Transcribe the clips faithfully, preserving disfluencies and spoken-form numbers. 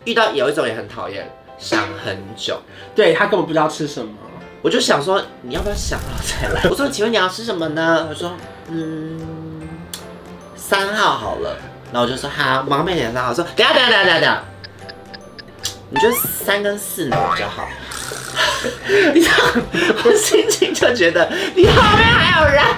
遇到有一种也很讨厌，想很久， 对他根本不知道吃什么。 我就想说你要不要想好再来？我说请问你要吃什么呢？我说嗯三号好了，然后我就说好，马上变成三号。我说等下等下等下等下，你觉得三跟四哪个比较好？你知道我心情就觉得你后面还有人。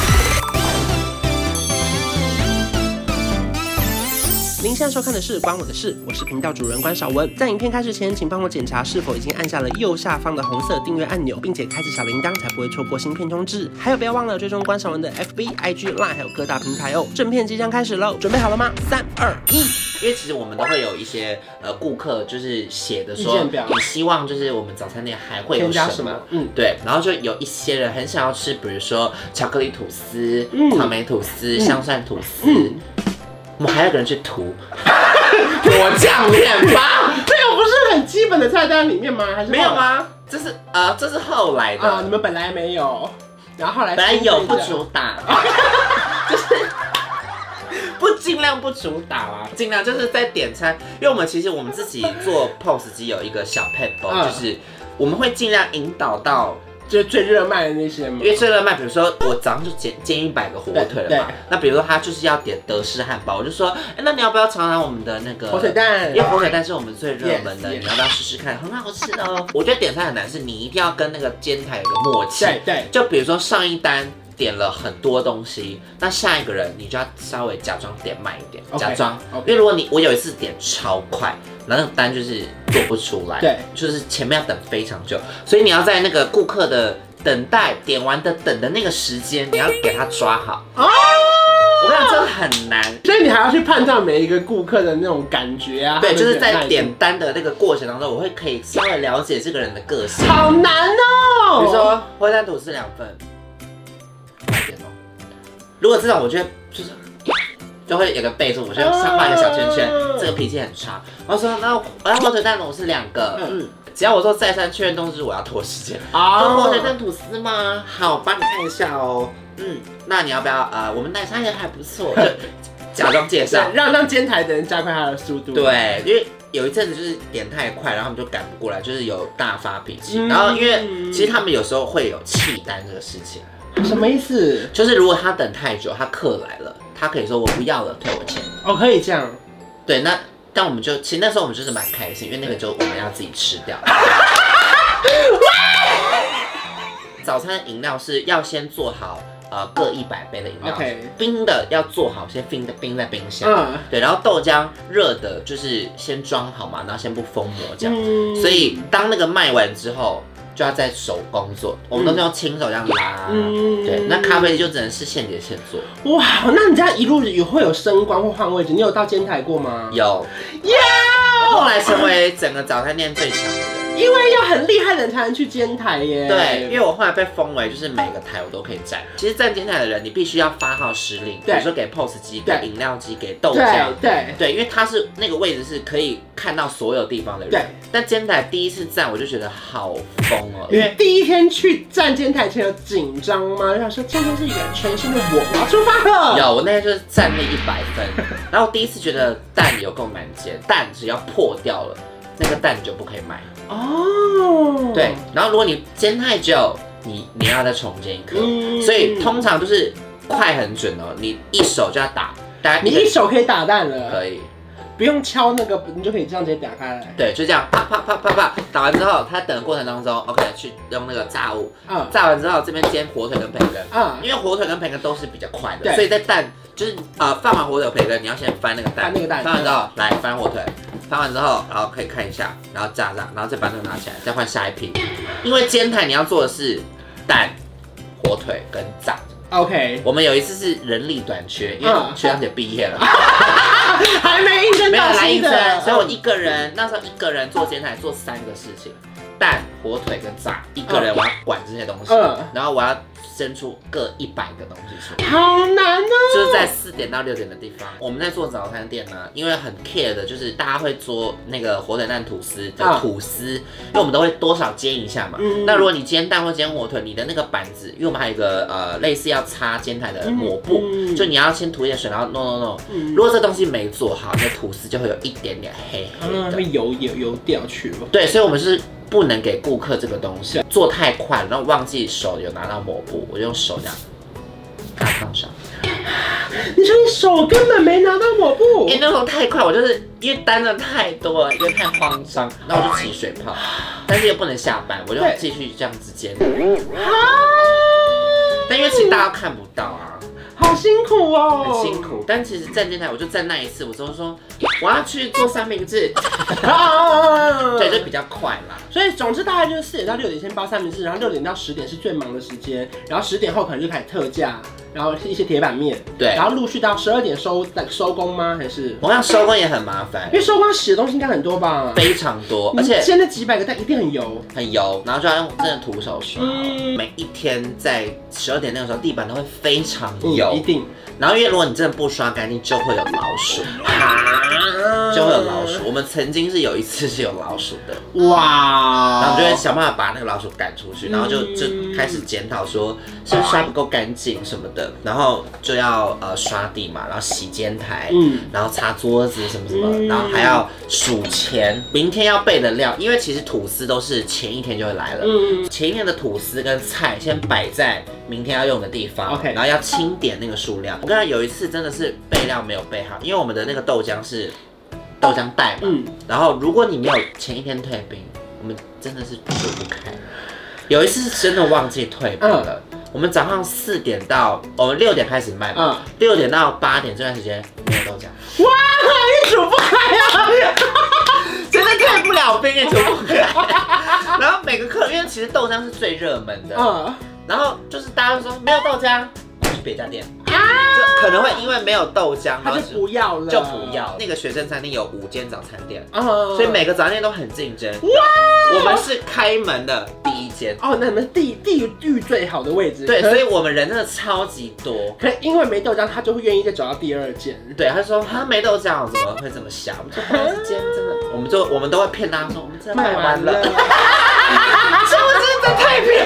您现在收看的是《关我的事》，我是频道主人关少文。在影片开始前，请帮我检查是否已经按下了右下方的红色订阅按钮，并且开启小铃铛，才不会错过新片通知。还有，不要忘了追踪关少文的 F B、I G、Line 还有各大平台哦。正片即将开始喽，准备好了吗？三、二、一。 因为其实我们都会有一些呃顾客就是写的说，你希望就是我们早餐店还会有什么？嗯，对。然后就有一些人很想要吃，比如说巧克力吐司、嗯、草莓吐司、嗯、香蒜吐司。嗯我们还有个人去涂果酱面包， 这个不是很基本的菜单里面吗？还是没有吗？这是呃，这是后来的啊，你们本来没有，然后后来本来有不主打，就是不尽量不主打啦，尽量就是在点餐，因为我们其实我们自己做 P O S 机有一个小 paper， 就是我们会尽量引导到。 就是最热卖的那些嘛， 因为最热卖，比如说我早上就煎煎一百个火腿了嘛，那比如说他就是要点德式汉堡，我就说，哎、欸，那你要不要尝尝我们的那个火腿蛋？ 因为火腿蛋是我们最热门的， yes, yes. 你要不要试试看？很好吃的哦。我觉得点餐很难，是你一定要跟那个煎台有个默契。 对对。就比如说上一单点了很多东西，那下一个人你就要稍微假装点慢一点， okay, 假装。Okay. 因为如果你我有一次点超快。然后那个单就是做不出来， 对， 就是前面要等非常久，所以你要在那个顾客的等待点完的等的那个时间，你要给他抓好。哦，我跟你讲，真的很难， 所以你还要去判断每一个顾客的那种感觉啊。 对，就是在点单的那个过程当中，我会可以稍微了解这个人的个性。 好难哦。 比如说火腿蛋吐司两份，快点哦。如果这种，我觉得就是。就会有个备注，我就上画一个小圈圈，这个脾气很差。我说那我要火腿蛋吐司两个，嗯，只要我说再三确认通知，我要拖时间。啊，火腿蛋吐司吗？好，帮你看一下哦。嗯，那你要不要？呃，我们奶茶也还不错，就假装介绍， 让让监台的人加快他的速度。 对，因为有一阵子就是点太快，然后他们就赶不过来，就是有大发脾气。嗯、然后因为其实他们有时候会有弃单这个事情。 什么意思？ 就是如果他等太久，他客来了。他可以说我不要了，退我钱。 哦，可以这样。 对，那但我们就其实那时候我们就是蛮开心，因为那个就我们要自己吃掉。早餐的饮料是要先做好，呃，各一百杯的饮料。Okay. 冰的要做好，先冰的冰在冰箱。嗯。对，然后豆浆热的，就是先装好嘛，然后先不封膜这样。嗯。所以当那个卖完之后。就要在手工做，我们都是用亲手这样拉，嗯、对。那咖啡就只能是现点现做。 哇，那你这样一路也会有升官或换位置？你有到监台过吗？ 有， 有。 后来成为整个早餐店最强的人。 因为要很厉害的人才能去监台耶。 对，因为我后来被封为就是每个台我都可以站。其实站监台的人，你必须要发号施令，比如说给 P O S 机、给饮料机、给豆浆， 对对，因为他是那个位置是可以看到所有地方的人。对。但监台第一次站，我就觉得好疯哦， 因为第一天去站监台前有紧张吗？就想说今天是一个全新的我，我要出发了。 有，我那天就是站了一百分，然后第一次觉得蛋有够难煎，蛋只要破掉了，那个蛋你就不可以卖。哦，对，然后如果你煎太久，你你要再重煎一颗，嗯、所以通常都是快很准哦，你一手就要打，大概你一手可以打蛋了， 可以， 不用敲那个，你就可以这样直接打开来。 对，就这样啪啪啪啪啪，打完之后，它等的过程当中 ，OK， 去用那个炸物，嗯，炸完之后这边煎火腿跟培根，嗯，因为火腿跟培根都是比较快的，所以在蛋就是呃放完火腿培根，你要先翻那个蛋， 翻那个蛋， 翻完之后来翻火腿。翻完之后，然后可以看一下，然后炸炸，然后再把这个拿起来，再换下一批。因为煎台你要做的是蛋、火腿跟炸。 OK。 我们有一次是人力短缺，因为学长姐毕业了， 还没应征到新的， 没有来应征，所以我一个人那时候一个人做煎台做三个事情：蛋、火腿跟炸，一个人我要管这些东西，然后我要生出各一百个东西出来， 好难哦。 就是在四点到六点的地方，我们在做早餐店呢，因为很 care 的就是大家会做那个火腿蛋吐司的吐司，啊、因为我们都会多少煎一下嘛。嗯、那如果你煎蛋或煎火腿，你的那个板子，因为我们还有一个呃类似要擦煎台的抹布，嗯、就你要先涂一点水，然后弄弄弄。嗯、如果这东西没做好，那吐司就会有一点点黑黑的， 嗯、会油油油掉去了。 对，所以我们是不能给顾客这个东西，做太快，然后忘记手有拿到抹布，我就用手这样给它放上。 你说你手根本没拿到抹布， 因为那时候太快，我就是因为单的太多了，因为太慌张，然后我就起水泡，但是又不能下班，我就继续这样子煎。但因为其实大家看不到啊， 好辛苦哦， 很辛苦。但其实站煎台，我就站那一次，我就说我要去做三明治，对，就比较快啦。 所以总之大概就是四点到六点先包三明治，然后六点到十点是最忙的时间，然后十点后可能就开始特价。然后一些铁板面， 对， 然后陆续到十二点收收工吗？还是？ 我想收工也很麻烦， 因为收工洗的东西应该很多吧？ 非常多，而且现在几百个蛋一定很油， 很油，然后就要用真的徒手刷。嗯、每一天在十二点那个时候，地板都会非常油， 嗯、一定。 然后因为如果你真的不刷干净，就会有老鼠，就会有老鼠。我们曾经是有一次是有老鼠的，哇！然后我们就会想办法把那个老鼠赶出去，然后就就开始检讨说是不是刷不够干净什么的。然后就要呃刷地嘛，然后洗煎台，嗯，然后擦桌子什么什么，嗯、然后还要数钱，明天要备的料，因为其实吐司都是前一天就会来了，嗯，前一天的吐司跟菜先摆在明天要用的地方 ，OK， 然后要清点那个数量。我跟他有一次真的是备料没有备好，因为我们的那个豆浆是豆浆袋嘛，嗯，然后如果你没有前一天退冰，我们真的是做不开。有一次是真的忘记退冰了。嗯，我们早上四点到我们六点开始卖嘛，六、嗯、点到八点这段时间没有豆浆， 哇，你煮不开啊， 真的退不了冰，也煮不开。然后每个客人，因为其实豆浆是最热门的，嗯，然后就是大家都说没有豆浆，去别家店。就可能会因为没有豆浆， 他就不要了， 就不要。那个学生餐厅有五间早餐店，嗯、所以每个早餐店都很竞争。哇，我们是开门的第一间。 哦，那你们地地域最好的位置。 对，所以我们人真的超级多。 可因为没豆浆，他就会愿意再找到第二间。 对，他说他没豆浆，我怎么会这么想？我们说这间真的，我们就我们都会骗大家说我们真的卖完了。是不是这太骗？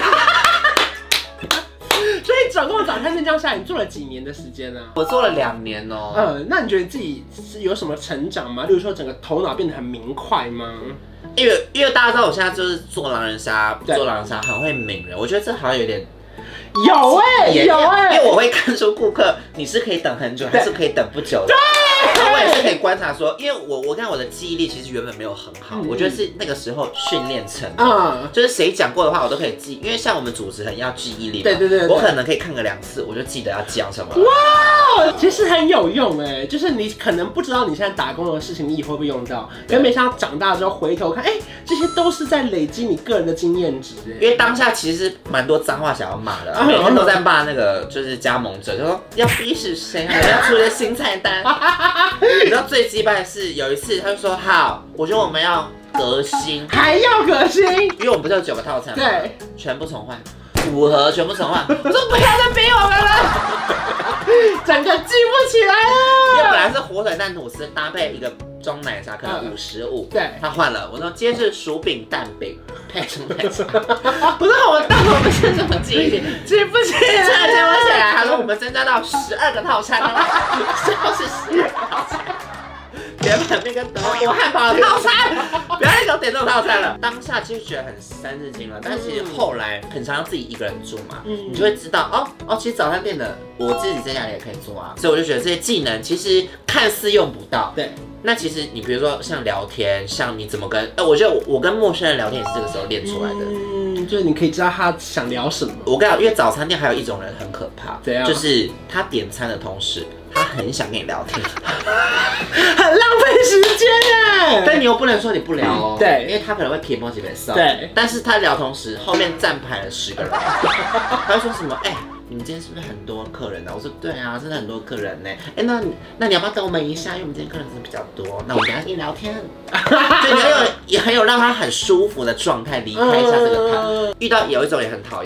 所以总共早餐店这样下来，你做了几年的时间呢、啊？ 我做了两年哦、喔。 嗯，那你觉得自己是有什么成长吗？例如说整个头脑变得很明快吗？ 因为因为大家知道我现在就是做狼人杀，做狼人杀很会抿人，我觉得这好像有点。 有哎、欸，有哎、 欸，因为我会看出顾客你是可以等很久，还是可以等不久的。对。然后我也是可以观察说，因为我我看我的记忆力其实原本没有很好，嗯、我觉得是那个时候训练成的，嗯，就是谁讲过的话我都可以记，因为像我们主持人要记忆力嘛， 对对 对, 对， 我可能可以看个两次，我就记得要讲什么。 哇，其实很有用哎、欸，就是你可能不知道你现在打工的事情，你以后会不会用到，可没想到长大之后回头看，哎、欸，这些都是在累积你个人的经验值、欸。 因为当下其实蛮多脏话想要骂的，每天都在骂那个就是加盟者，就说要逼死谁，我要出一个新菜单，你知道。最鸡掰的是有一次，他就说好，我觉得我们要革新， 还要革新， 因为我们不是有九个套餐吗？ 对， 全部重换，五盒全部重换。我说不要再逼我们了， 整个记不起来了。 因为本来是火腿蛋吐司搭配一个装奶茶，可能五十五，对，他换了。我说今天是薯饼蛋饼配成奶茶，我说我到我们是怎么记忆力？ 记不起来， 突然记不起来。他说我们增加到十二个套餐了，就是十二个套餐。铁板面跟德国汉堡的套餐，不要再给我点这种套餐了。当下其实觉得很三字经了，但其实后来很常要自己一个人住嘛，嗯、你就会知道哦哦，其实早餐店的我自己在家里也可以做啊，所以我就觉得这些技能其实看似用不到， 对。 那其实你比如说像聊天，像你怎么跟，呃，我觉得我跟陌生人聊天也是这个时候练出来的。 嗯，就是你可以知道他想聊什么。 我跟你讲，因为早餐店还有一种人很可怕， 怎样？ 就是他点餐的同时，他很想跟你聊天， 很浪费时间耶。 但你又不能说你不聊哦， 嗯、对， 因为他可能会撇摸几杯少。 对， 但是他聊同时，后面站排了十个人，他会说什么？哎、欸。你们今天是不是很多客人呢、啊？我说对啊，真的很多客人呢、欸。哎、欸，那那你要不要等我们一下？因为我们今天客人真的比较多，那我们等一下跟你聊天。对，你要有也很有让他很舒服的状态离开一下这个摊。遇到有一种也很讨厌，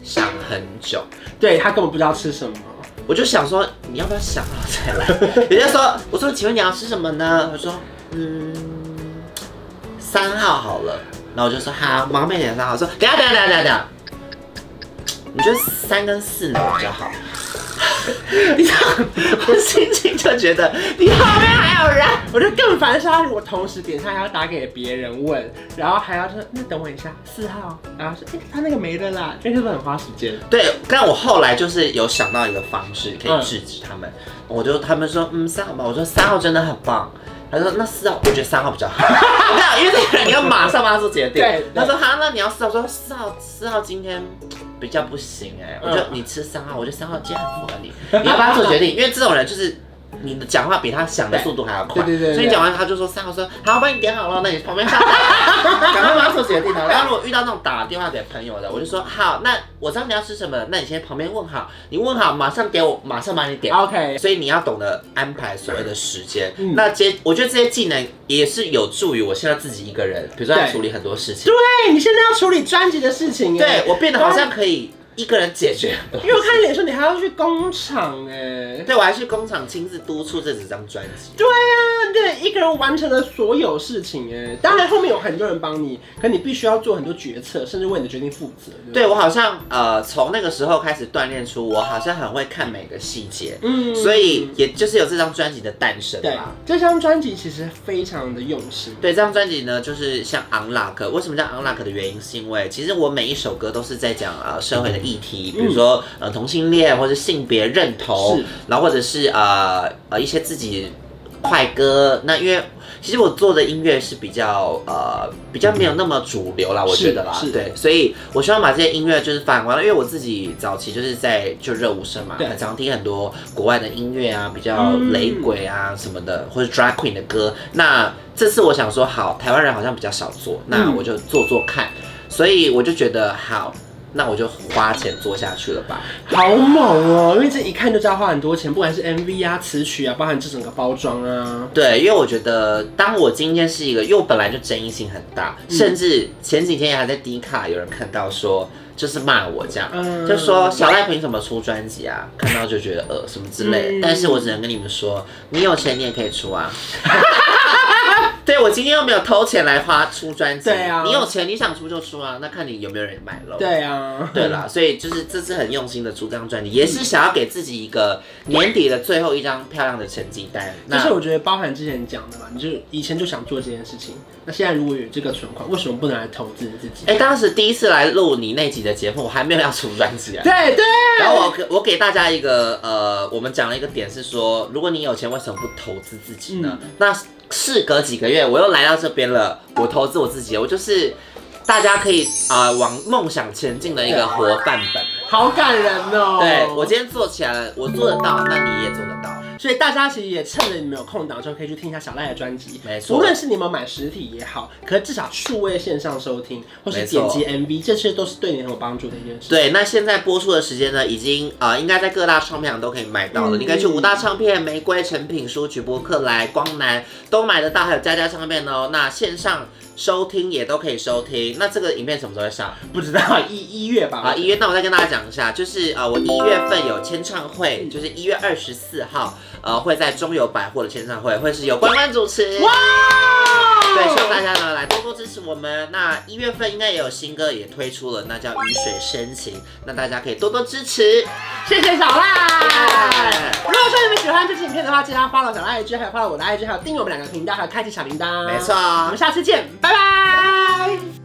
想很久， 对他根本不知道吃什么。 我就想说你要不要想好再来？人家说，我说请问你要吃什么呢？我说嗯三号好了，然后我就说好，马上变成三号。说等下等下等下等下，你觉得三跟四哪比较好？你知道，我心情就觉得你后面还有人， 我就更烦是他如果同时点餐还要打给别人问，然后还要说那等我一下四号，然后说哎、欸、他那个没了啦，因为是不是很花时间？ 对，但我后来就是有想到一个方式可以制止他们，嗯、我就他们说嗯三号吧，我说三号真的很棒。他说那四号，我觉得三号比较好。我讲，因为这个人你要马上帮他做决定。 对， 他说好，那你要四号，我说四号四号今天比较不行哎、欸，我觉得你吃三号，我觉得三号今天很符合你，你要帮他做决定，因为这种人就是你的讲话比他想的速度还要快， 对对 对, 对， 所以你讲完他就说三号说好，我帮你点好了，那你旁边上，赶快帮他做决定了。然后如果遇到那种打电话给朋友的，我就说好，那我知道你要吃什么，那你先旁边问好，你问好马上给我，马上帮你点。 OK， 所以你要懂得安排所谓的时间。嗯、那这我觉得这些技能也是有助于我现在自己一个人，比如说要处理很多事情。 对，你现在要处理专辑的事情， 对我变得好像可以一个人解决。 因为我看脸说你还要去工厂哎， 对我还去工厂亲自督促这几张专辑。 对啊，对，一个人完成了所有事情哎，当然后面有很多人帮你，可你必须要做很多决策，甚至为你的决定负责。 对我好像呃从那个时候开始锻炼出我好像很会看每个细节，嗯，所以也就是有这张专辑的诞生嘛。 这张专辑其实非常的用心。 对，这张专辑呢就是像 Unlock， 为什么叫 Unlock 的原因是因为其实我每一首歌都是在讲呃社会的议题，比如说呃同性恋或者性别认同，然后或者是呃呃一些自己快歌。那因为其实我做的音乐是比较呃比较没有那么主流啦，我觉得啦，对，所以我希望把这些音乐就是反过来，因为我自己早期就是在就热舞社嘛，很常听很多国外的音乐啊，比较雷鬼啊什么的，或者 drag queen 的歌。那这次我想说，好，台湾人好像比较少做，那我就做做看，所以我就觉得好。那我就花钱做下去了吧。 好猛哦！因为这一看就知道花很多钱，不管是 M V 啊、词曲啊，包含这整个包装啊。 对，因为我觉得，当我今天是一个，因为我本来就争议性很大，嗯、甚至前几天也还在 D 卡有人看到说，就是骂我这样，嗯、就说小赖凭什么出专辑啊？看到就觉得呃什么之类的。嗯、但是我只能跟你们说，你有钱你也可以出啊。对，我今天又没有偷钱来花出专辑， 对啊， 你有钱你想出就出啊，那看你有没有人买咯。 对啊， 对啦，所以就是这次很用心的出这张专辑，也是想要给自己一个年底的最后一张漂亮的成绩单。 就是我觉得包含之前讲的嘛，你就以前就想做这件事情，那现在如果有这个存款，为什么不能来投资自己？ 哎、欸，当时第一次来录你那集的节目，我还没有要出专辑啊。 对对。 然后我我给大家一个呃，我们讲了一个点是说，如果你有钱，为什么不投资自己呢？嗯、那事隔几个月，我又来到这边了，我投资我自己，我就是大家可以啊、呃、往梦想前进的一个活范本。 好感人哦！ 对，我今天做起来了，我做得到，那你也做得到。 所以大家其实也趁着你们有空档的时候，可以去听一下小赖的专辑。 没错， 无论是你们买实体也好，可是至少数位线上收听，或是剪辑 M V， 这些都是对你很有帮助的一件事。 对，那现在播出的时间呢，已经啊、呃，应该在各大唱片行都可以买到了。嗯、你可以去五大唱片、玫瑰、诚品书局、博客来、光南都买得到，还有家家唱片哦。那线上收听也都可以收听。那这个影片什么时候会上？ 不知道，一一月吧。 啊，一月。那我再跟大家讲一下，就是呃，我一月份有签唱会，就是一月二十四号，呃，会在中友百货的签唱会，会是由关关主持。哇！对，希望大家呢来多多支持我们。那一月份应该也有新歌也推出了，那叫《雨水深情》，那大家可以多多支持。 谢谢小赖。如果说你们喜欢这期影片的话，记得要 follow 小赖 I G， 还有 follow 我的 I G， 还有订阅我们两个频道，还有开启小铃铛。 没错， 我们下次见，拜拜。